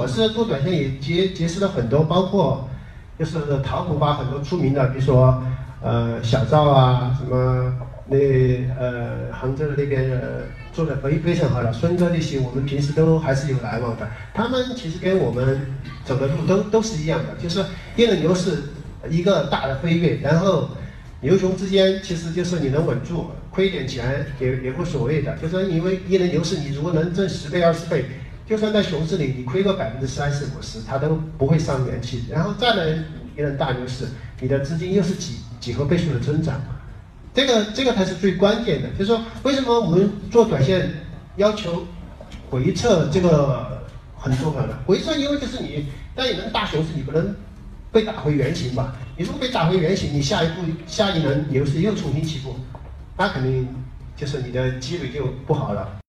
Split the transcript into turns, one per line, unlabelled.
我是做短线也结识了很多，包括就是淘股吧，很多出名的，比如说小赵啊，什么杭州的那边做的非常好的孙哥那些，我们平时都还是有来往的。他们其实跟我们走的路都是一样的，就是一轮牛市一个大的飞跃，然后牛熊之间其实就是你能稳住，亏点钱也无所谓的，就是因为一轮牛市你如果能挣10倍20倍。就算在熊市里，你亏个30%、50%，它都不会伤元气。然后再来一轮大牛市，你的资金又是几何倍数的增长，这个才是最关键的。就是说，为什么我们做短线要求回撤这个很重要的？回撤因为就是你在一轮大熊市，你不能被打回原形吧？你如果被打回原形，你下一轮牛市又重新起步，那肯定就是你的积累就不好了。